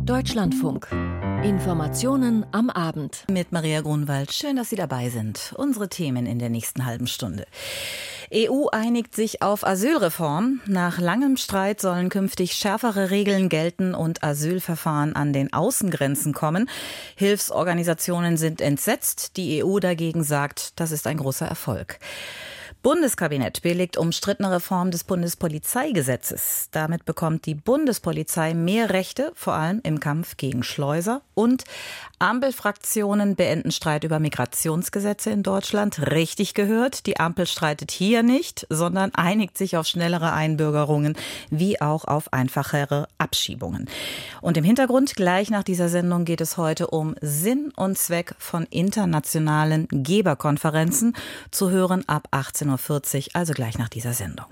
Deutschlandfunk. Informationen am Abend. Mit Maria Grunwald. Schön, dass Sie dabei sind. Unsere Themen in der nächsten halben Stunde. EU einigt sich auf Asylreform. Nach langem Streit sollen künftig schärfere Regeln gelten und Asylverfahren an den Außengrenzen kommen. Hilfsorganisationen sind entsetzt. Die EU dagegen sagt, das ist ein großer Erfolg. Bundeskabinett billigt umstrittene Reform des Bundespolizeigesetzes. Damit bekommt die Bundespolizei mehr Rechte, vor allem im Kampf gegen Schleuser. Und Ampelfraktionen beenden Streit über Migrationsgesetze in Deutschland. Richtig gehört, die Ampel streitet hier nicht, sondern einigt sich auf schnellere Einbürgerungen wie auch auf einfachere Abschiebungen. Und im Hintergrund, gleich nach dieser Sendung, geht es heute um Sinn und Zweck von internationalen Geberkonferenzen, zu hören ab 18:40 Uhr, also gleich nach dieser Sendung.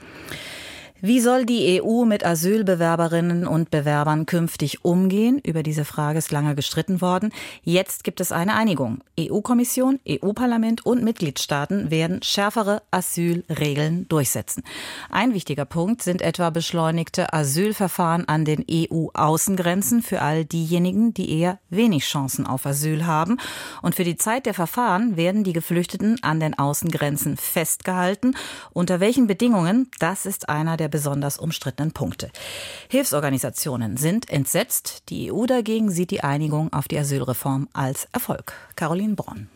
Wie soll die EU mit Asylbewerberinnen und Bewerbern künftig umgehen? Über diese Frage ist lange gestritten worden. Jetzt gibt es eine Einigung. EU-Kommission, EU-Parlament und Mitgliedstaaten werden schärfere Asylregeln durchsetzen. Ein wichtiger Punkt sind etwa beschleunigte Asylverfahren an den EU-Außengrenzen für all diejenigen, die eher wenig Chancen auf Asyl haben. Und für die Zeit der Verfahren werden die Geflüchteten an den Außengrenzen festgehalten. Unter welchen Bedingungen? Das ist einer der besonders umstrittenen Punkte. Hilfsorganisationen sind entsetzt. Die EU dagegen sieht die Einigung auf die Asylreform als Erfolg. Caroline Bronn.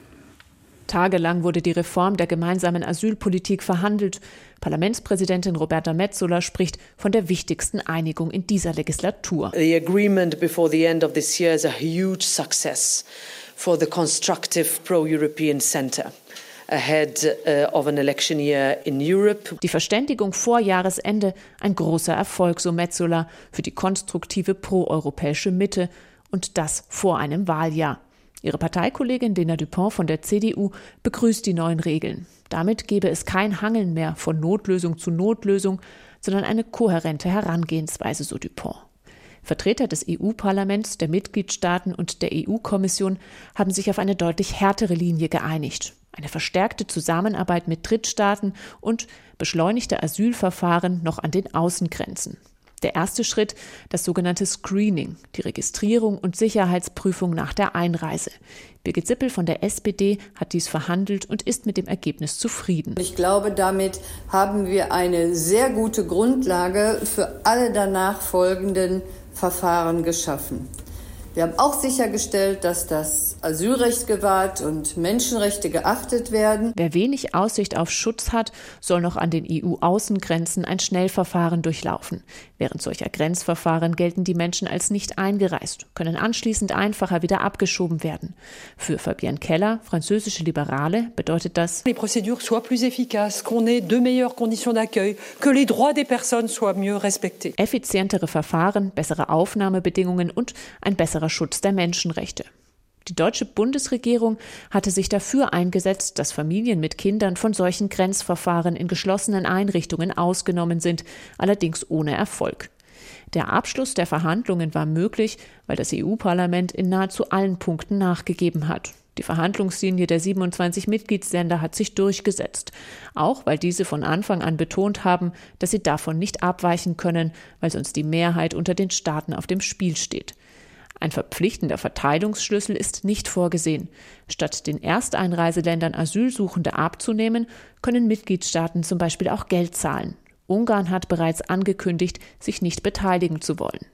Tagelang wurde die Reform der gemeinsamen Asylpolitik verhandelt. Parlamentspräsidentin Roberta Metsola spricht von der wichtigsten Einigung in dieser Legislatur. The agreement before the end of this year is a huge success for the constructive pro-European centre. Ahead of an election year in Europe. Die Verständigung vor Jahresende, ein großer Erfolg, so Metsola, für die konstruktive proeuropäische Mitte und das vor einem Wahljahr. Ihre Parteikollegin Lena Dupont von der CDU begrüßt die neuen Regeln. Damit gebe es kein Hangeln mehr von Notlösung zu Notlösung, sondern eine kohärente Herangehensweise, so Dupont. Vertreter des EU-Parlaments, der Mitgliedstaaten und der EU-Kommission haben sich auf eine deutlich härtere Linie geeinigt. Eine verstärkte Zusammenarbeit mit Drittstaaten und beschleunigte Asylverfahren noch an den Außengrenzen. Der erste Schritt, das sogenannte Screening, die Registrierung und Sicherheitsprüfung nach der Einreise. Birgit Sippel von der SPD hat dies verhandelt und ist mit dem Ergebnis zufrieden. Ich glaube, damit haben wir eine sehr gute Grundlage für alle danach folgenden Verfahren geschaffen. Wir haben auch sichergestellt, dass das Asylrecht gewahrt und Menschenrechte geachtet werden. Wer wenig Aussicht auf Schutz hat, soll noch an den EU-Außengrenzen ein Schnellverfahren durchlaufen. Während solcher Grenzverfahren gelten die Menschen als nicht eingereist, können anschließend einfacher wieder abgeschoben werden. Für Fabienne Keller, französische Liberale, bedeutet das, les procédures soient plus efficaces, qu'on ait de meilleures conditions d'accueil, que les droits des personnes soient mieux respectés. Effizientere Verfahren, bessere Aufnahmebedingungen und ein besserer Schutz der Menschenrechte. Die deutsche Bundesregierung hatte sich dafür eingesetzt, dass Familien mit Kindern von solchen Grenzverfahren in geschlossenen Einrichtungen ausgenommen sind, allerdings ohne Erfolg. Der Abschluss der Verhandlungen war möglich, weil das EU-Parlament in nahezu allen Punkten nachgegeben hat. Die Verhandlungslinie der 27 Mitgliedsländer hat sich durchgesetzt, auch weil diese von Anfang an betont haben, dass sie davon nicht abweichen können, weil sonst die Mehrheit unter den Staaten auf dem Spiel steht. Ein verpflichtender Verteilungsschlüssel ist nicht vorgesehen. Statt den Ersteinreiseländern Asylsuchende abzunehmen, können Mitgliedstaaten zum Beispiel auch Geld zahlen. Ungarn hat bereits angekündigt, sich nicht beteiligen zu wollen.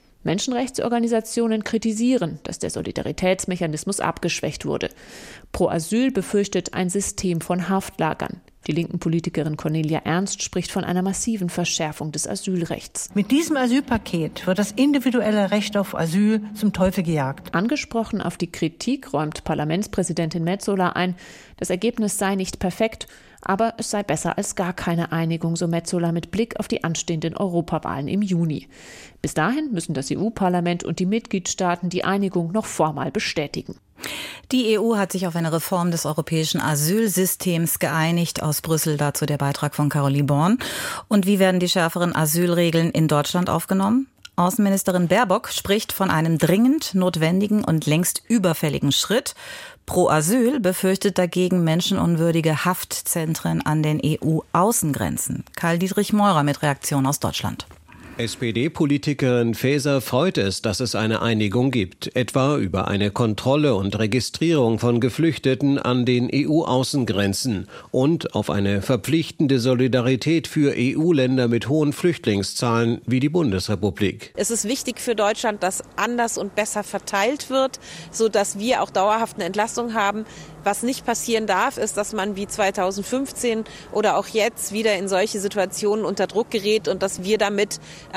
Menschenrechtsorganisationen kritisieren, dass der Solidaritätsmechanismus abgeschwächt wurde. Pro Asyl befürchtet ein System von Haftlagern. Die linken Politikerin Cornelia Ernst spricht von einer massiven Verschärfung des Asylrechts. Mit diesem Asylpaket wird das individuelle Recht auf Asyl zum Teufel gejagt. Angesprochen auf die Kritik räumt Parlamentspräsidentin Metsola ein, das Ergebnis sei nicht perfekt, aber es sei besser als gar keine Einigung, so Metsola mit Blick auf die anstehenden Europawahlen im Juni. Bis dahin müssen das EU-Parlament und die Mitgliedstaaten die Einigung noch formal bestätigen. Die EU hat sich auf eine Reform des europäischen Asylsystems geeinigt. Aus Brüssel dazu der Beitrag von Caroline Born. Und wie werden die schärferen Asylregeln in Deutschland aufgenommen? Außenministerin Baerbock spricht von einem dringend notwendigen und längst überfälligen Schritt. Pro Asyl befürchtet dagegen menschenunwürdige Haftzentren an den EU-Außengrenzen. Karl-Dietrich Meurer mit Reaktion aus Deutschland. SPD-Politikerin Faeser freut es, dass es eine Einigung gibt, etwa über eine Kontrolle und Registrierung von Geflüchteten an den EU-Außengrenzen und auf eine verpflichtende Solidarität für EU-Länder mit hohen Flüchtlingszahlen wie die Bundesrepublik. Es ist wichtig für Deutschland, dass anders und besser verteilt wird, sodass wir auch dauerhaft eine Entlastung haben. Was nicht passieren darf, ist, dass man wie 2015 oder auch jetzt wieder in solche Situationen unter Druck gerät und dass wir damit,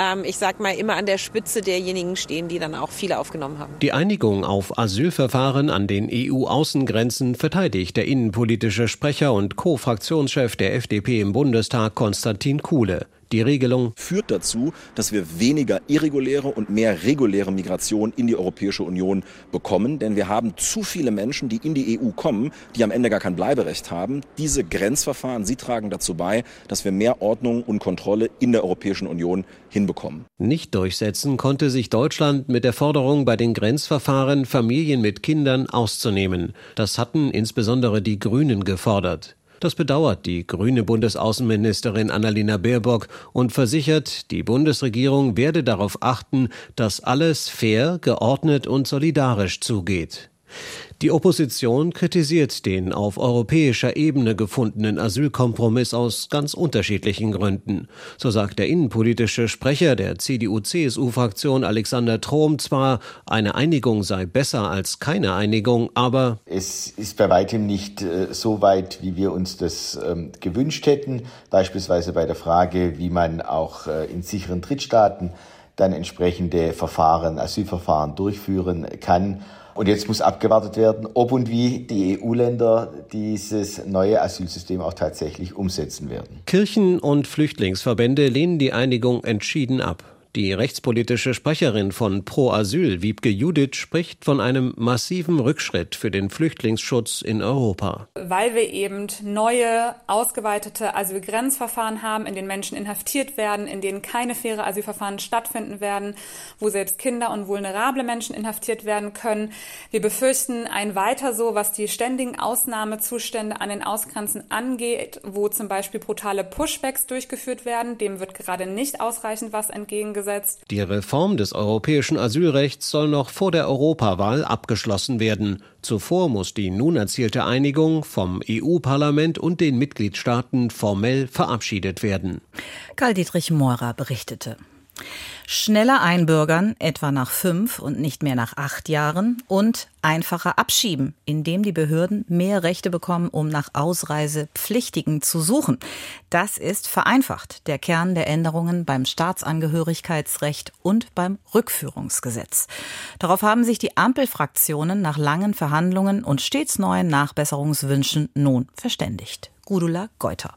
immer an der Spitze derjenigen stehen, die dann auch viele aufgenommen haben. Die Einigung auf Asylverfahren an den EU-Außengrenzen verteidigt der innenpolitische Sprecher und Co-Fraktionschef der FDP im Bundestag Konstantin Kuhle. Die Regelung führt dazu, dass wir weniger irreguläre und mehr reguläre Migration in die Europäische Union bekommen. Denn wir haben zu viele Menschen, die in die EU kommen, die am Ende gar kein Bleiberecht haben. Diese Grenzverfahren, sie tragen dazu bei, dass wir mehr Ordnung und Kontrolle in der Europäischen Union hinbekommen. Nicht durchsetzen konnte sich Deutschland mit der Forderung, bei den Grenzverfahren Familien mit Kindern auszunehmen. Das hatten insbesondere die Grünen gefordert. Das bedauert die grüne Bundesaußenministerin Annalena Baerbock und versichert, die Bundesregierung werde darauf achten, dass alles fair, geordnet und solidarisch zugeht. Die Opposition kritisiert den auf europäischer Ebene gefundenen Asylkompromiss aus ganz unterschiedlichen Gründen. So sagt der innenpolitische Sprecher der CDU-CSU-Fraktion Alexander Trom zwar, eine Einigung sei besser als keine Einigung, aber es ist bei weitem nicht so weit, wie wir uns das gewünscht hätten. Beispielsweise bei der Frage, wie man auch in sicheren Drittstaaten dann entsprechende Asylverfahren durchführen kann. Und jetzt muss abgewartet werden, ob und wie die EU-Länder dieses neue Asylsystem auch tatsächlich umsetzen werden. Kirchen- und Flüchtlingsverbände lehnen die Einigung entschieden ab. Die rechtspolitische Sprecherin von Pro Asyl, Wiebke Judith, spricht von einem massiven Rückschritt für den Flüchtlingsschutz in Europa. Weil wir eben neue, ausgeweitete Asylgrenzverfahren haben, in denen Menschen inhaftiert werden, in denen keine faire Asylverfahren stattfinden werden, wo selbst Kinder und vulnerable Menschen inhaftiert werden können. Wir befürchten ein Weiter so, was die ständigen Ausnahmezustände an den Außengrenzen angeht, wo zum Beispiel brutale Pushbacks durchgeführt werden. Dem wird gerade nicht ausreichend was entgegengesetzt. Die Reform des europäischen Asylrechts soll noch vor der Europawahl abgeschlossen werden. Zuvor muss die nun erzielte Einigung vom EU-Parlament und den Mitgliedstaaten formell verabschiedet werden. Karl-Dietrich Meurer berichtete. Schneller einbürgern, etwa nach 5 und nicht mehr nach 8 Jahren, und einfacher abschieben, indem die Behörden mehr Rechte bekommen, um nach Ausreisepflichtigen zu suchen. Das ist vereinfacht der Kern der Änderungen beim Staatsangehörigkeitsrecht und beim Rückführungsgesetz. Darauf haben sich die Ampelfraktionen nach langen Verhandlungen und stets neuen Nachbesserungswünschen nun verständigt. Gudula Geuter.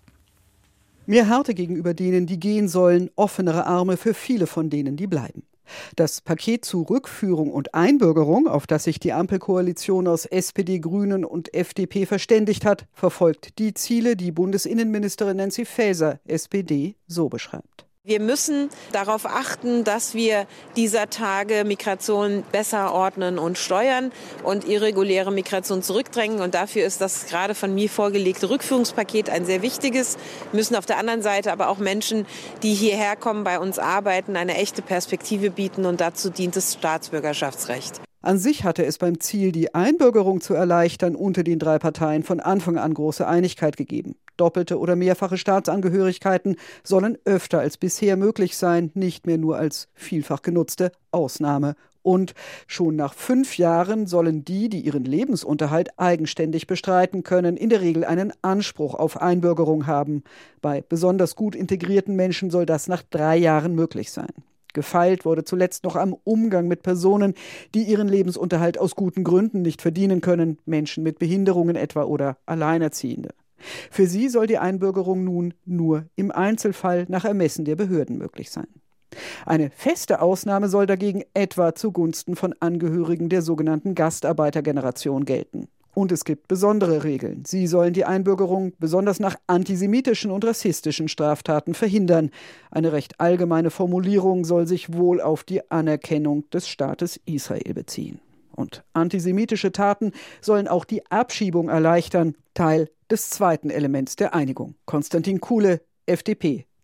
Mehr Härte gegenüber denen, die gehen sollen, offenere Arme für viele von denen, die bleiben. Das Paket zu Rückführung und Einbürgerung, auf das sich die Ampelkoalition aus SPD, Grünen und FDP verständigt hat, verfolgt die Ziele, die Bundesinnenministerin Nancy Faeser, SPD, so beschreibt. Wir müssen darauf achten, dass wir dieser Tage Migration besser ordnen und steuern und irreguläre Migration zurückdrängen. Und dafür ist das gerade von mir vorgelegte Rückführungspaket ein sehr wichtiges. Wir müssen auf der anderen Seite aber auch Menschen, die hierher kommen, bei uns arbeiten, eine echte Perspektive bieten. Und dazu dient das Staatsbürgerschaftsrecht. An sich hatte es beim Ziel, die Einbürgerung zu erleichtern, unter den 3 Parteien von Anfang an große Einigkeit gegeben. Doppelte oder mehrfache Staatsangehörigkeiten sollen öfter als bisher möglich sein, nicht mehr nur als vielfach genutzte Ausnahme. Und schon nach 5 Jahren sollen die ihren Lebensunterhalt eigenständig bestreiten können, in der Regel einen Anspruch auf Einbürgerung haben. Bei besonders gut integrierten Menschen soll das nach 3 Jahren möglich sein. Gefeilt wurde zuletzt noch am Umgang mit Personen, die ihren Lebensunterhalt aus guten Gründen nicht verdienen können, Menschen mit Behinderungen etwa oder Alleinerziehende. Für sie soll die Einbürgerung nun nur im Einzelfall nach Ermessen der Behörden möglich sein. Eine feste Ausnahme soll dagegen etwa zugunsten von Angehörigen der sogenannten Gastarbeitergeneration gelten. Und es gibt besondere Regeln. Sie sollen die Einbürgerung besonders nach antisemitischen und rassistischen Straftaten verhindern. Eine recht allgemeine Formulierung soll sich wohl auf die Anerkennung des Staates Israel beziehen. Und antisemitische Taten sollen auch die Abschiebung erleichtern. Teil des zweiten Elements der Einigung. Konstantin Kuhle, FDP,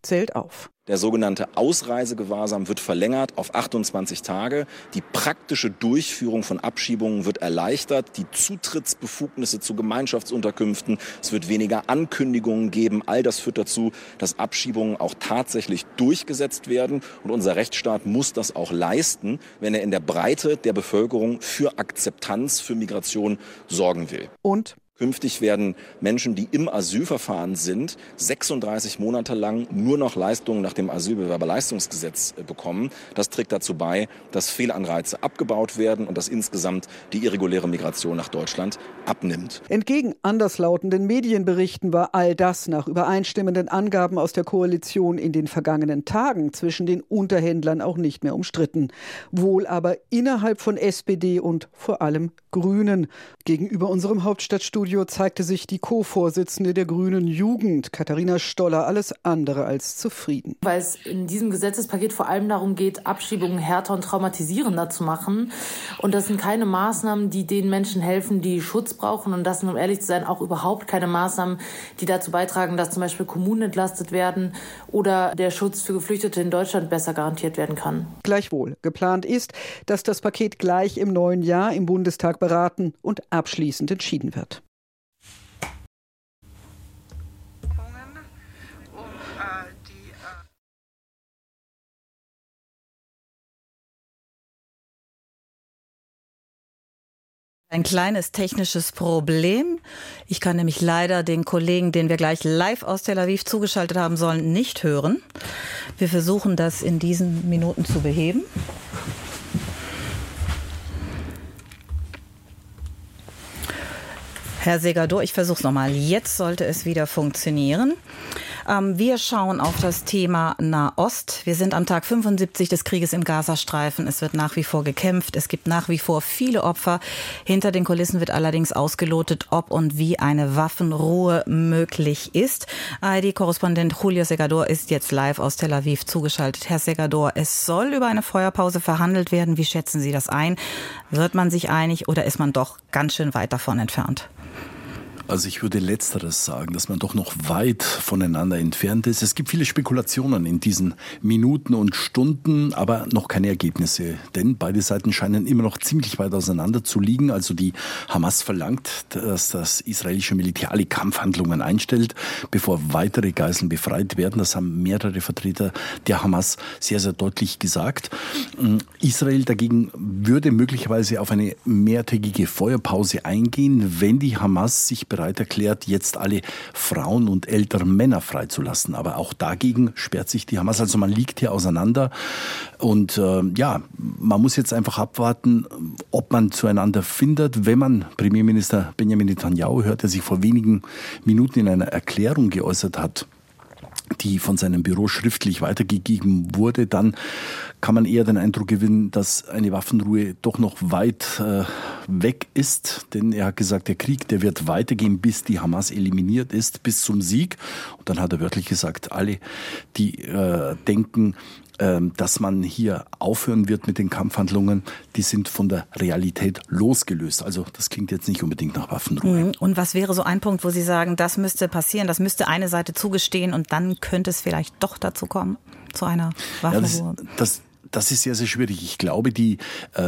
zählt auf. Der sogenannte Ausreisegewahrsam wird verlängert auf 28 Tage. Die praktische Durchführung von Abschiebungen wird erleichtert. Die Zutrittsbefugnisse zu Gemeinschaftsunterkünften, es wird weniger Ankündigungen geben. All das führt dazu, dass Abschiebungen auch tatsächlich durchgesetzt werden. Und unser Rechtsstaat muss das auch leisten, wenn er in der Breite der Bevölkerung für Akzeptanz für Migration sorgen will. Und künftig werden Menschen, die im Asylverfahren sind, 36 Monate lang nur noch Leistungen nach dem Asylbewerberleistungsgesetz bekommen. Das trägt dazu bei, dass Fehlanreize abgebaut werden und dass insgesamt die irreguläre Migration nach Deutschland abnimmt. Entgegen anderslautenden Medienberichten war all das nach übereinstimmenden Angaben aus der Koalition in den vergangenen Tagen zwischen den Unterhändlern auch nicht mehr umstritten. Wohl aber innerhalb von SPD und vor allem Grünen. Gegenüber unserem Hauptstadtstudio zeigte sich die Co-Vorsitzende der Grünen Jugend, Katharina Stoller, alles andere als zufrieden. Weil es in diesem Gesetzespaket vor allem darum geht, Abschiebungen härter und traumatisierender zu machen. Und das sind keine Maßnahmen, die den Menschen helfen, die Schutz brauchen. Und das sind, um ehrlich zu sein, auch überhaupt keine Maßnahmen, die dazu beitragen, dass zum Beispiel Kommunen entlastet werden oder der Schutz für Geflüchtete in Deutschland besser garantiert werden kann. Gleichwohl, geplant ist, dass das Paket gleich im neuen Jahr im Bundestag beraten und abschließend entschieden wird. Ein kleines technisches Problem. Ich kann nämlich leider den Kollegen, den wir gleich live aus Tel Aviv zugeschaltet haben sollen, nicht hören. Wir versuchen das in diesen Minuten zu beheben. Herr Segador, ich versuche es nochmal. Jetzt sollte es wieder funktionieren. Wir schauen auf das Thema Nahost. Wir sind am Tag 75 des Krieges im Gazastreifen. Es wird nach wie vor gekämpft. Es gibt nach wie vor viele Opfer. Hinter den Kulissen wird allerdings ausgelotet, ob und wie eine Waffenruhe möglich ist. ARD-Korrespondent Julio Segador ist jetzt live aus Tel Aviv zugeschaltet. Herr Segador, es soll über eine Feuerpause verhandelt werden. Wie schätzen Sie das ein? Wird man sich einig oder ist man doch ganz schön weit davon entfernt? Also ich würde Letzteres sagen, dass man doch noch weit voneinander entfernt ist. Es gibt viele Spekulationen in diesen Minuten und Stunden, aber noch keine Ergebnisse. Denn beide Seiten scheinen immer noch ziemlich weit auseinander zu liegen. Also die Hamas verlangt, dass das israelische Militär alle Kampfhandlungen einstellt, bevor weitere Geiseln befreit werden. Das haben mehrere Vertreter der Hamas sehr, sehr deutlich gesagt. Israel dagegen würde möglicherweise auf eine mehrtägige Feuerpause eingehen, wenn die Hamas sich bereit erklärt, jetzt alle Frauen und ältere Männer freizulassen. Aber auch dagegen sperrt sich die Hamas. Also man liegt hier auseinander. Und man muss jetzt einfach abwarten, ob man zueinander findet. Wenn man Premierminister Benjamin Netanyahu hört, der sich vor wenigen Minuten in einer Erklärung geäußert hat, die von seinem Büro schriftlich weitergegeben wurde, dann kann man eher den Eindruck gewinnen, dass eine Waffenruhe doch noch weit weg ist. Denn er hat gesagt, der Krieg, der wird weitergehen, bis die Hamas eliminiert ist, bis zum Sieg. Und dann hat er wörtlich gesagt, alle, die denken, dass man hier aufhören wird mit den Kampfhandlungen, die sind von der Realität losgelöst. Also das klingt jetzt nicht unbedingt nach Waffenruhe. Und was wäre so ein Punkt, wo Sie sagen, das müsste passieren, das müsste eine Seite zugestehen und dann könnte es vielleicht doch dazu kommen, zu einer Waffenruhe? Ja, das ist sehr, sehr schwierig. Ich glaube, die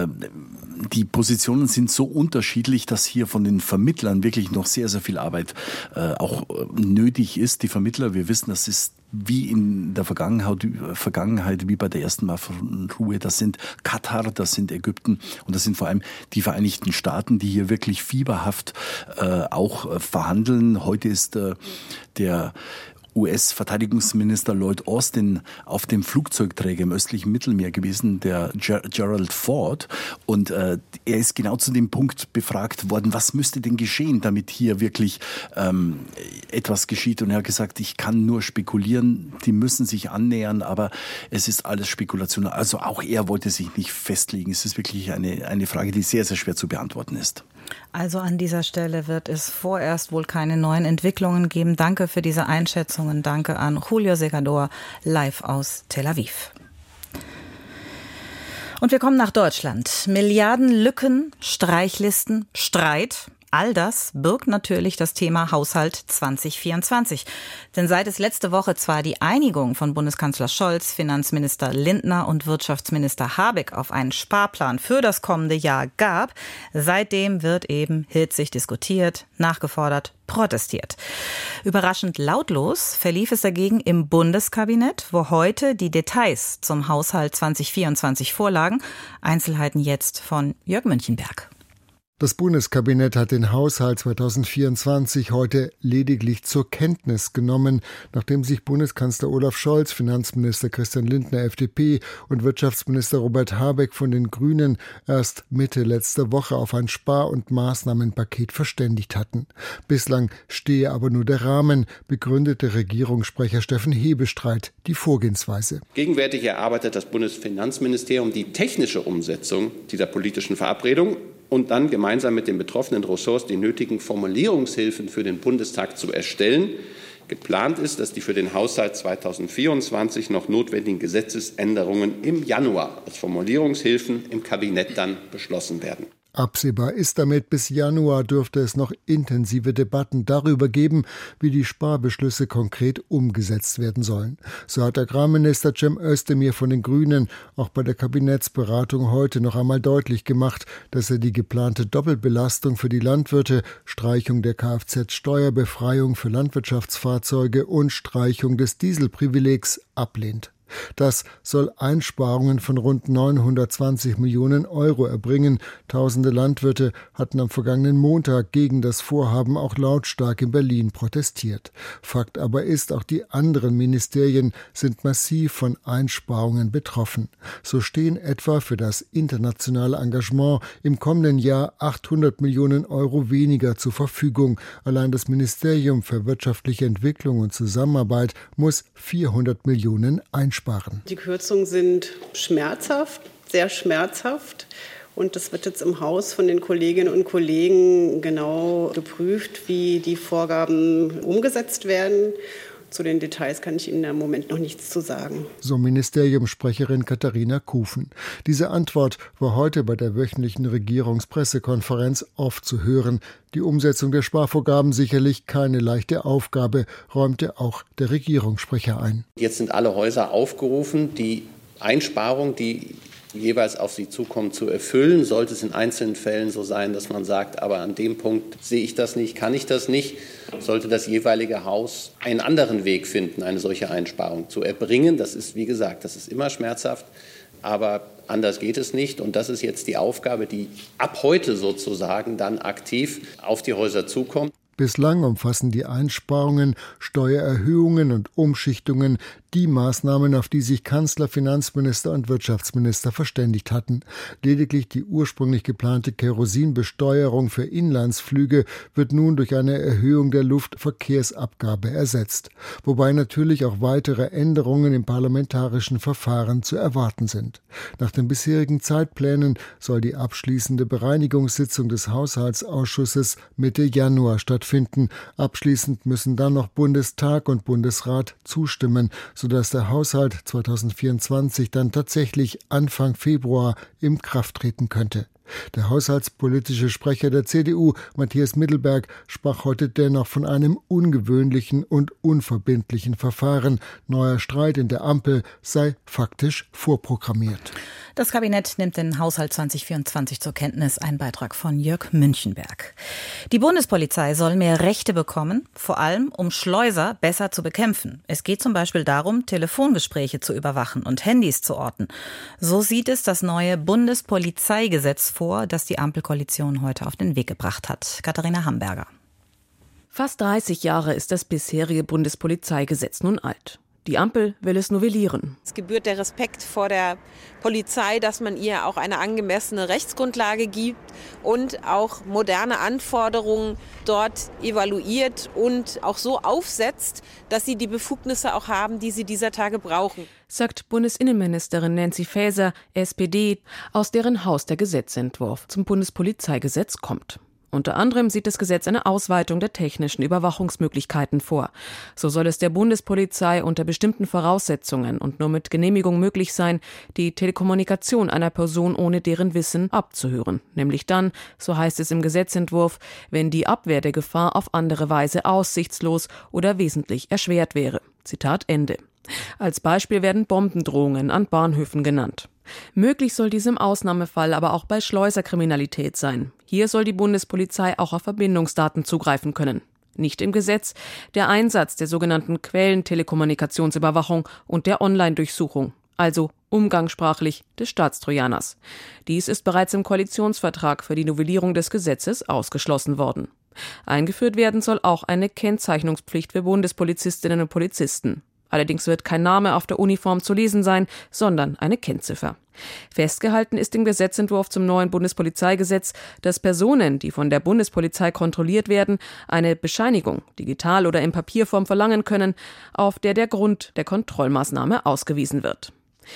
Positionen sind so unterschiedlich, dass hier von den Vermittlern wirklich noch sehr, sehr viel Arbeit auch nötig ist. Die Vermittler, wir wissen, das ist wie in der Vergangenheit, wie bei der ersten Waffenruhe. Das sind Katar, das sind Ägypten und das sind vor allem die Vereinigten Staaten, die hier wirklich fieberhaft auch verhandeln. Heute ist der US-Verteidigungsminister Lloyd Austin auf dem Flugzeugträger im östlichen Mittelmeer gewesen, der Gerald Ford. Und er ist genau zu dem Punkt befragt worden, was müsste denn geschehen, damit hier wirklich etwas geschieht. Und er hat gesagt, ich kann nur spekulieren, die müssen sich annähern, aber es ist alles Spekulation. Also auch er wollte sich nicht festlegen. Es ist wirklich eine Frage, die sehr, sehr schwer zu beantworten ist. Also an dieser Stelle wird es vorerst wohl keine neuen Entwicklungen geben. Danke für diese Einschätzungen. Danke an Julio Segador, live aus Tel Aviv. Und wir kommen nach Deutschland. Milliardenlücken, Streichlisten, Streit. All das birgt natürlich das Thema Haushalt 2024. Denn seit es letzte Woche zwar die Einigung von Bundeskanzler Scholz, Finanzminister Lindner und Wirtschaftsminister Habeck auf einen Sparplan für das kommende Jahr gab, seitdem wird eben hitzig diskutiert, nachgefordert, protestiert. Überraschend lautlos verlief es dagegen im Bundeskabinett, wo heute die Details zum Haushalt 2024 vorlagen. Einzelheiten jetzt von Jörg Münchenberg. Das Bundeskabinett hat den Haushalt 2024 heute lediglich zur Kenntnis genommen, nachdem sich Bundeskanzler Olaf Scholz, Finanzminister Christian Lindner, FDP und Wirtschaftsminister Robert Habeck von den Grünen erst Mitte letzter Woche auf ein Spar- und Maßnahmenpaket verständigt hatten. Bislang stehe aber nur der Rahmen, begründete Regierungssprecher Steffen Hebestreit die Vorgehensweise. Gegenwärtig erarbeitet das Bundesfinanzministerium die technische Umsetzung dieser politischen Verabredung und dann gemeinsam mit den betroffenen Ressorts die nötigen Formulierungshilfen für den Bundestag zu erstellen. Geplant ist, dass die für den Haushalt 2024 noch notwendigen Gesetzesänderungen im Januar als Formulierungshilfen im Kabinett dann beschlossen werden. Absehbar ist damit, bis Januar dürfte es noch intensive Debatten darüber geben, wie die Sparbeschlüsse konkret umgesetzt werden sollen. So hat Agrarminister Cem Özdemir von den Grünen auch bei der Kabinettsberatung heute noch einmal deutlich gemacht, dass er die geplante Doppelbelastung für die Landwirte, Streichung der Kfz-Steuerbefreiung für Landwirtschaftsfahrzeuge und Streichung des Dieselprivilegs ablehnt. Das soll Einsparungen von rund 920 Millionen Euro erbringen. Tausende Landwirte hatten am vergangenen Montag gegen das Vorhaben auch lautstark in Berlin protestiert. Fakt aber ist, auch die anderen Ministerien sind massiv von Einsparungen betroffen. So stehen etwa für das internationale Engagement im kommenden Jahr 800 Millionen Euro weniger zur Verfügung. Allein das Ministerium für wirtschaftliche Entwicklung und Zusammenarbeit muss 400 Millionen einsparen. Die Kürzungen sind schmerzhaft, sehr schmerzhaft. Und das wird jetzt im Haus von den Kolleginnen und Kollegen genau geprüft, wie die Vorgaben umgesetzt werden. Zu den Details kann ich Ihnen im Moment noch nichts zu sagen. So Ministeriumssprecherin Katharina Kufen. Diese Antwort war heute bei der wöchentlichen Regierungspressekonferenz oft zu hören. Die Umsetzung der Sparvorgaben sicherlich keine leichte Aufgabe, räumte auch der Regierungssprecher ein. Jetzt sind alle Häuser aufgerufen, die Einsparung, die jeweils auf sie zukommen, zu erfüllen. Sollte es in einzelnen Fällen so sein, dass man sagt, aber an dem Punkt sehe ich das nicht, kann ich das nicht, sollte das jeweilige Haus einen anderen Weg finden, eine solche Einsparung zu erbringen. Das ist, wie gesagt, das ist immer schmerzhaft, aber anders geht es nicht. Und das ist jetzt die Aufgabe, die ab heute sozusagen dann aktiv auf die Häuser zukommt. Bislang umfassen die Einsparungen, Steuererhöhungen und Umschichtungen die Maßnahmen, auf die sich Kanzler, Finanzminister und Wirtschaftsminister verständigt hatten. Lediglich die ursprünglich geplante Kerosinbesteuerung für Inlandsflüge wird nun durch eine Erhöhung der Luftverkehrsabgabe ersetzt. Wobei natürlich auch weitere Änderungen im parlamentarischen Verfahren zu erwarten sind. Nach den bisherigen Zeitplänen soll die abschließende Bereinigungssitzung des Haushaltsausschusses Mitte Januar stattfinden. Abschließend müssen dann noch Bundestag und Bundesrat zustimmen, sodass der Haushalt 2024 dann tatsächlich Anfang Februar in Kraft treten könnte. Der haushaltspolitische Sprecher der CDU, Matthias Mittelberg, sprach heute dennoch von einem ungewöhnlichen und unverbindlichen Verfahren. Neuer Streit in der Ampel sei faktisch vorprogrammiert. Das Kabinett nimmt den Haushalt 2024 zur Kenntnis. Ein Beitrag von Jörg Münchenberg. Die Bundespolizei soll mehr Rechte bekommen, vor allem um Schleuser besser zu bekämpfen. Es geht zum Beispiel darum, Telefongespräche zu überwachen und Handys zu orten. So sieht es das neue Bundespolizeigesetz vor, das die Ampelkoalition heute auf den Weg gebracht hat. Katharina Hamburger. Fast 30 Jahre ist das bisherige Bundespolizeigesetz nun alt. Die Ampel will es novellieren. Es gebührt der Respekt vor der Polizei, dass man ihr auch eine angemessene Rechtsgrundlage gibt und auch moderne Anforderungen dort evaluiert und auch so aufsetzt, dass sie die Befugnisse auch haben, die sie dieser Tage brauchen. Sagt Bundesinnenministerin Nancy Faeser, SPD, aus deren Haus der Gesetzentwurf zum Bundespolizeigesetz kommt. Unter anderem sieht das Gesetz eine Ausweitung der technischen Überwachungsmöglichkeiten vor. So soll es der Bundespolizei unter bestimmten Voraussetzungen und nur mit Genehmigung möglich sein, die Telekommunikation einer Person ohne deren Wissen abzuhören. Nämlich dann, so heißt es im Gesetzentwurf, wenn die Abwehr der Gefahr auf andere Weise aussichtslos oder wesentlich erschwert wäre. Zitat Ende. Als Beispiel werden Bombendrohungen an Bahnhöfen genannt. Möglich soll dies im Ausnahmefall aber auch bei Schleuserkriminalität sein. Hier soll die Bundespolizei auch auf Verbindungsdaten zugreifen können. Nicht im Gesetz der Einsatz der sogenannten Quellentelekommunikationsüberwachung und der Online-Durchsuchung, also umgangssprachlich des Staatstrojaners. Dies ist bereits im Koalitionsvertrag für die Novellierung des Gesetzes ausgeschlossen worden. Eingeführt werden soll auch eine Kennzeichnungspflicht für Bundespolizistinnen und Polizisten. Allerdings wird kein Name auf der Uniform zu lesen sein, sondern eine Kennziffer. Festgehalten ist im Gesetzentwurf zum neuen Bundespolizeigesetz, dass Personen, die von der Bundespolizei kontrolliert werden, eine Bescheinigung, digital oder in Papierform verlangen können, auf der Grund der Kontrollmaßnahme ausgewiesen wird.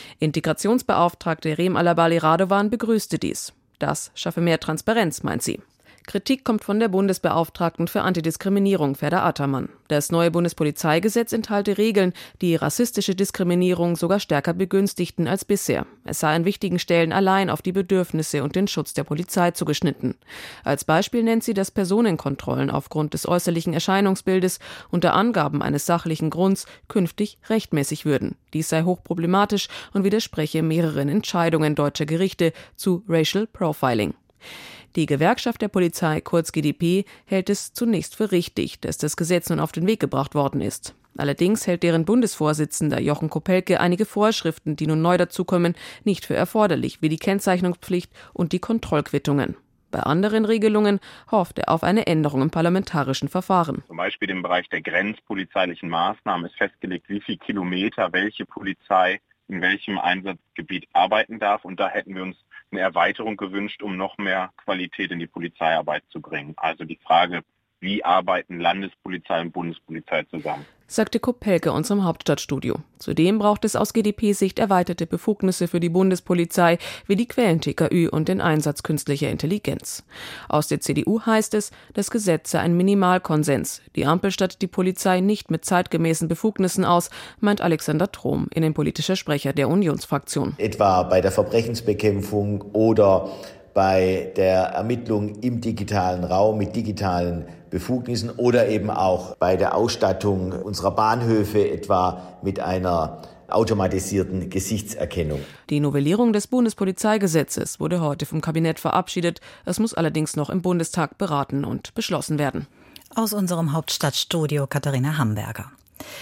Integrationsbeauftragte Rem Alabali Radovan begrüßte dies. Das schaffe mehr Transparenz, meint sie. Kritik kommt von der Bundesbeauftragten für Antidiskriminierung, Ferda Ataman. Das neue Bundespolizeigesetz enthalte Regeln, die rassistische Diskriminierung sogar stärker begünstigten als bisher. Es sei an wichtigen Stellen allein auf die Bedürfnisse und den Schutz der Polizei zugeschnitten. Als Beispiel nennt sie, dass Personenkontrollen aufgrund des äußerlichen Erscheinungsbildes unter Angaben eines sachlichen Grunds künftig rechtmäßig würden. Dies sei hochproblematisch und widerspreche mehreren Entscheidungen deutscher Gerichte zu Racial Profiling. Die Gewerkschaft der Polizei, kurz GdP, hält es zunächst für richtig, dass das Gesetz nun auf den Weg gebracht worden ist. Allerdings hält deren Bundesvorsitzender Jochen Kopelke einige Vorschriften, die nun neu dazukommen, nicht für erforderlich, wie die Kennzeichnungspflicht und die Kontrollquittungen. Bei anderen Regelungen hofft er auf eine Änderung im parlamentarischen Verfahren. Zum Beispiel im Bereich der grenzpolizeilichen Maßnahmen ist festgelegt, wie viele Kilometer welche Polizei in welchem Einsatzgebiet arbeiten darf. Und da hätten wir uns eine Erweiterung gewünscht, um noch mehr Qualität in die Polizeiarbeit zu bringen. Also die Frage, wie arbeiten Landespolizei und Bundespolizei zusammen? Sagte Kopelke unserem Hauptstadtstudio. Zudem braucht es aus GdP-Sicht erweiterte Befugnisse für die Bundespolizei, wie die Quellen-TKÜ und den Einsatz künstlicher Intelligenz. Aus der CDU heißt es, das Gesetz sei ein Minimalkonsens. Die Ampel stattet die Polizei nicht mit zeitgemäßen Befugnissen aus, meint Alexander Trom, innenpolitischer Sprecher der Unionsfraktion. Etwa bei der Verbrechensbekämpfung oder bei der Ermittlung im digitalen Raum mit digitalen Befugnissen oder eben auch bei der Ausstattung unserer Bahnhöfe, etwa mit einer automatisierten Gesichtserkennung. Die Novellierung des Bundespolizeigesetzes wurde heute vom Kabinett verabschiedet. Es muss allerdings noch im Bundestag beraten und beschlossen werden. Aus unserem Hauptstadtstudio Katharina Hamburger.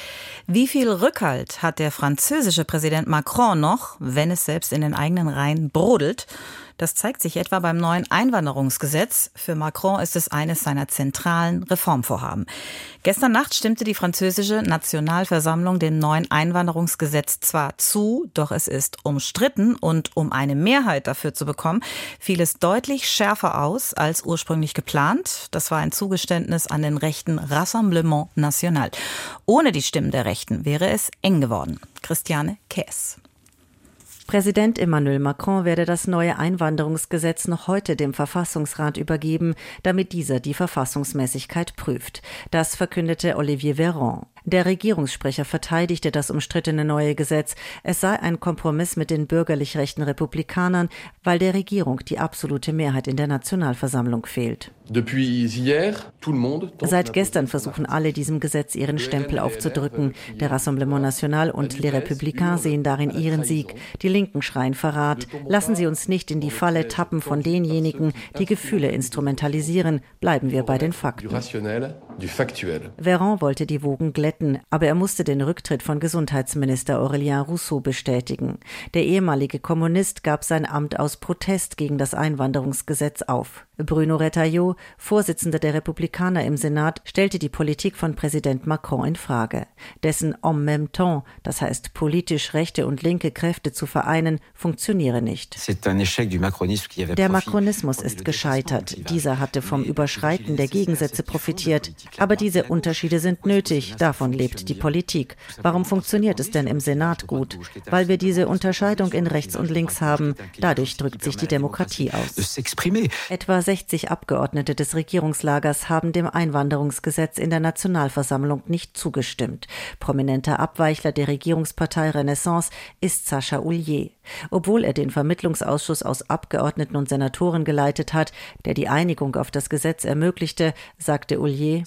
Wie viel Rückhalt hat der französische Präsident Macron noch, wenn es selbst in den eigenen Reihen brodelt? Das zeigt sich etwa beim neuen Einwanderungsgesetz. Für Macron ist es eines seiner zentralen Reformvorhaben. Gestern Nacht stimmte die französische Nationalversammlung dem neuen Einwanderungsgesetz zwar zu, doch es ist umstritten und um eine Mehrheit dafür zu bekommen, fiel es deutlich schärfer aus als ursprünglich geplant. Das war ein Zugeständnis an den rechten Rassemblement National. Ohne die Stimmen der Rechten wäre es eng geworden. Christiane Käs. Präsident Emmanuel Macron werde das neue Einwanderungsgesetz noch heute dem Verfassungsrat übergeben, damit dieser die Verfassungsmäßigkeit prüft. Das verkündete Olivier Véran. Der Regierungssprecher verteidigte das umstrittene neue Gesetz. Es sei ein Kompromiss mit den bürgerlich rechten Republikanern, weil der Regierung die absolute Mehrheit in der Nationalversammlung fehlt. Seit gestern versuchen alle, diesem Gesetz ihren Stempel aufzudrücken. Der Rassemblement National und Les Républicains sehen darin ihren Sieg. Die Linken schreien Verrat. Lassen Sie uns nicht in die Falle tappen von denjenigen, die Gefühle instrumentalisieren. Bleiben wir bei den Fakten. Véran wollte die Wogen glätten, aber er musste den Rücktritt von Gesundheitsminister Aurélien Rousseau bestätigen. Der ehemalige Kommunist gab sein Amt aus Protest gegen das Einwanderungsgesetz auf. Bruno Retailleau, Vorsitzender der Republikaner im Senat, stellte die Politik von Präsident Macron in Frage. Dessen en même temps, das heißt politisch rechte und linke Kräfte zu vereinen, funktioniere nicht. Der Macronismus ist gescheitert. Dieser hatte vom Überschreiten der Gegensätze profitiert. Aber diese Unterschiede sind nötig, davon Davon lebt die Politik. Warum funktioniert es denn im Senat gut? Weil wir diese Unterscheidung in rechts und links haben. Dadurch drückt sich die Demokratie aus. Etwa 60 Abgeordnete des Regierungslagers haben dem Einwanderungsgesetz in der Nationalversammlung nicht zugestimmt. Prominenter Abweichler der Regierungspartei Renaissance ist Sacha Houlier. Obwohl er den Vermittlungsausschuss aus Abgeordneten und Senatoren geleitet hat, der die Einigung auf das Gesetz ermöglichte, sagte Houlier: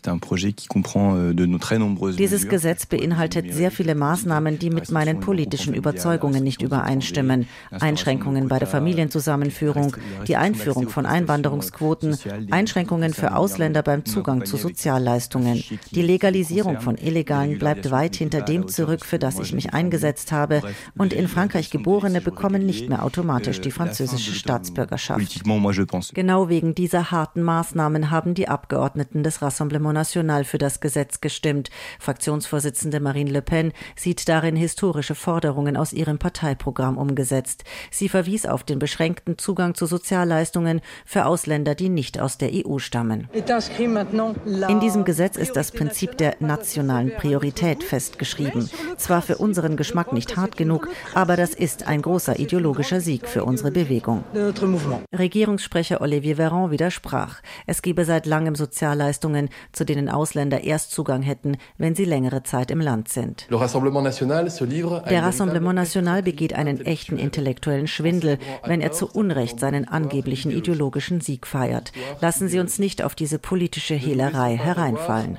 Dieses Gesetz beinhaltet sehr viele Maßnahmen, die mit meinen politischen Überzeugungen nicht übereinstimmen. Einschränkungen bei der Familienzusammenführung, die Einführung von Einwanderungsquoten, Einschränkungen für Ausländer beim Zugang zu Sozialleistungen. Die Legalisierung von Illegalen bleibt weit hinter dem zurück, für das ich mich eingesetzt habe. Und in Frankreich Geborene bekommen nicht mehr automatisch die französische Staatsbürgerschaft. Genau wegen dieser harten Maßnahmen haben die Abgeordneten des Rassemblement National für das Gesetz gestimmt. Fraktionsvorsitzende Marine Le Pen sieht darin historische Forderungen aus ihrem Parteiprogramm umgesetzt. Sie verwies auf den beschränkten Zugang zu Sozialleistungen für Ausländer, die nicht aus der EU stammen. In diesem Gesetz ist das Prinzip der nationalen Priorität festgeschrieben. Zwar für unseren Geschmack nicht hart genug, aber das ist ein großer ideologischer Sieg für unsere Bewegung. Regierungssprecher Olivier Véran widersprach. Es gebe seit langem Sozialleistungen, zu denen Ausländer erst Zugang hätten, wenn sie längere Zeit im Land sind. Der Rassemblement National begeht einen echten intellektuellen Schwindel, wenn er zu Unrecht seinen angeblichen ideologischen Sieg feiert. Lassen Sie uns nicht auf diese politische Hehlerei hereinfallen.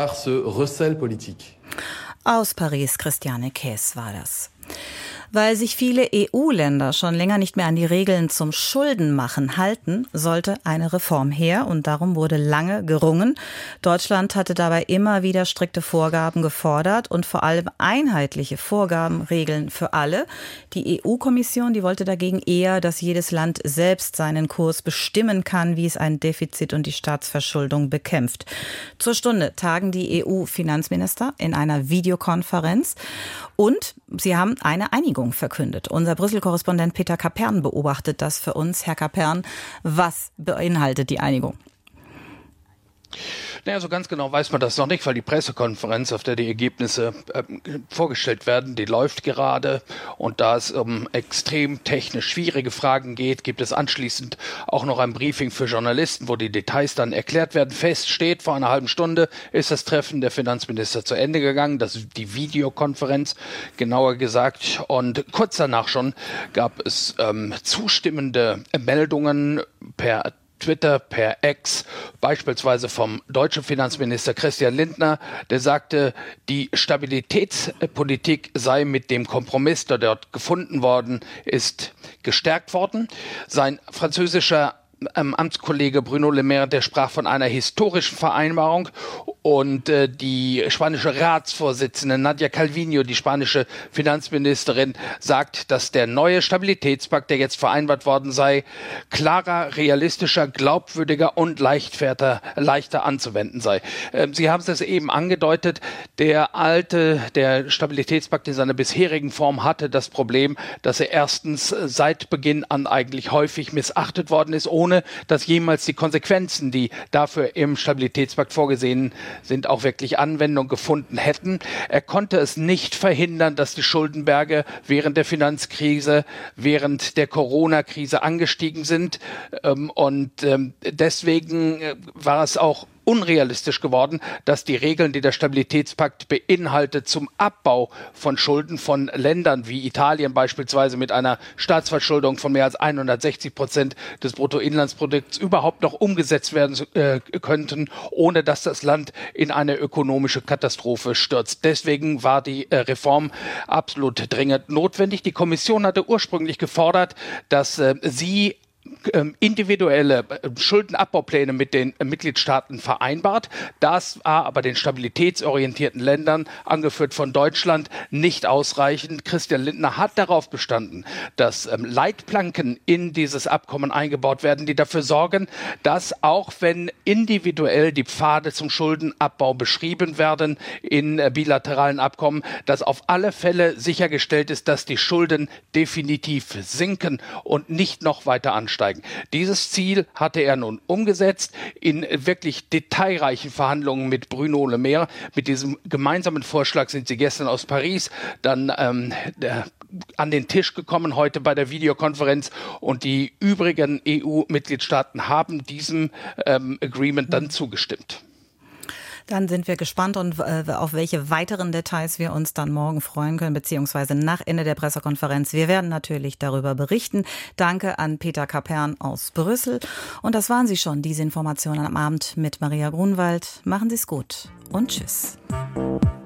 Aus Paris, Christiane Käs war das. Weil sich viele EU-Länder schon länger nicht mehr an die Regeln zum Schuldenmachen halten, sollte eine Reform her und darum wurde lange gerungen. Deutschland hatte dabei immer wieder strikte Vorgaben gefordert und vor allem einheitliche Vorgaben, Regeln für alle. Die EU-Kommission, die wollte dagegen eher, dass jedes Land selbst seinen Kurs bestimmen kann, wie es ein Defizit und die Staatsverschuldung bekämpft. Zur Stunde tagen die EU-Finanzminister in einer Videokonferenz und sie haben eine Einigung verkündet. Unser Brüssel-Korrespondent Peter Kapern beobachtet das für uns. Herr Kapern, was beinhaltet die Einigung? Naja, so ganz genau weiß man das noch nicht, weil die Pressekonferenz, auf der die Ergebnisse vorgestellt werden, die läuft gerade. Und da es um extrem technisch schwierige Fragen geht, gibt es anschließend auch noch ein Briefing für Journalisten, wo die Details dann erklärt werden. Fest steht, vor einer halben Stunde ist das Treffen der Finanzminister zu Ende gegangen. Das ist die Videokonferenz, genauer gesagt. Und kurz danach schon gab es zustimmende Meldungen per Twitter, per X, beispielsweise vom deutschen Finanzminister Christian Lindner, der sagte, die Stabilitätspolitik sei mit dem Kompromiss, der dort gefunden worden ist, gestärkt worden. Sein französischer Amtskollege Bruno Le Maire, der sprach von einer historischen Vereinbarung und die spanische Ratsvorsitzende Nadia Calviño, die spanische Finanzministerin, sagt, dass der neue Stabilitätspakt, der jetzt vereinbart worden sei, klarer, realistischer, glaubwürdiger und leichter anzuwenden sei. Sie haben es eben angedeutet, der Stabilitätspakt in seiner bisherigen Form hatte das Problem, dass er erstens seit Beginn an eigentlich häufig missachtet worden ist, ohne dass jemals die Konsequenzen, die dafür im Stabilitätspakt vorgesehen sind, auch wirklich Anwendung gefunden hätten. Er konnte es nicht verhindern, dass die Schuldenberge während der Finanzkrise, während der Corona-Krise angestiegen sind. Deswegen war es auch unrealistisch geworden, dass die Regeln, die der Stabilitätspakt beinhaltet, zum Abbau von Schulden von Ländern wie Italien beispielsweise mit einer Staatsverschuldung von mehr als 160% des Bruttoinlandsprodukts überhaupt noch umgesetzt werden könnten, ohne dass das Land in eine ökonomische Katastrophe stürzt. Deswegen war die Reform absolut dringend notwendig. Die Kommission hatte ursprünglich gefordert, dass sie individuelle Schuldenabbaupläne mit den Mitgliedstaaten vereinbart. Das war aber den stabilitätsorientierten Ländern, angeführt von Deutschland, nicht ausreichend. Christian Lindner hat darauf bestanden, dass Leitplanken in dieses Abkommen eingebaut werden, die dafür sorgen, dass auch wenn individuell die Pfade zum Schuldenabbau beschrieben werden in bilateralen Abkommen, dass auf alle Fälle sichergestellt ist, dass die Schulden definitiv sinken und nicht noch weiter ansteigen. einzusteigen. Dieses Ziel hatte er nun umgesetzt in wirklich detailreichen Verhandlungen mit Bruno Le Maire. Mit diesem gemeinsamen Vorschlag sind sie gestern aus Paris dann an den Tisch gekommen, heute bei der Videokonferenz, und die übrigen EU-Mitgliedstaaten haben diesem Agreement dann zugestimmt. Dann sind wir gespannt auf welche weiteren Details wir uns dann morgen freuen können, beziehungsweise nach Ende der Pressekonferenz. Wir werden natürlich darüber berichten. Danke an Peter Kapern aus Brüssel. Und das waren sie schon, diese Informationen am Abend mit Maria Grunwald. Machen Sie es gut und tschüss.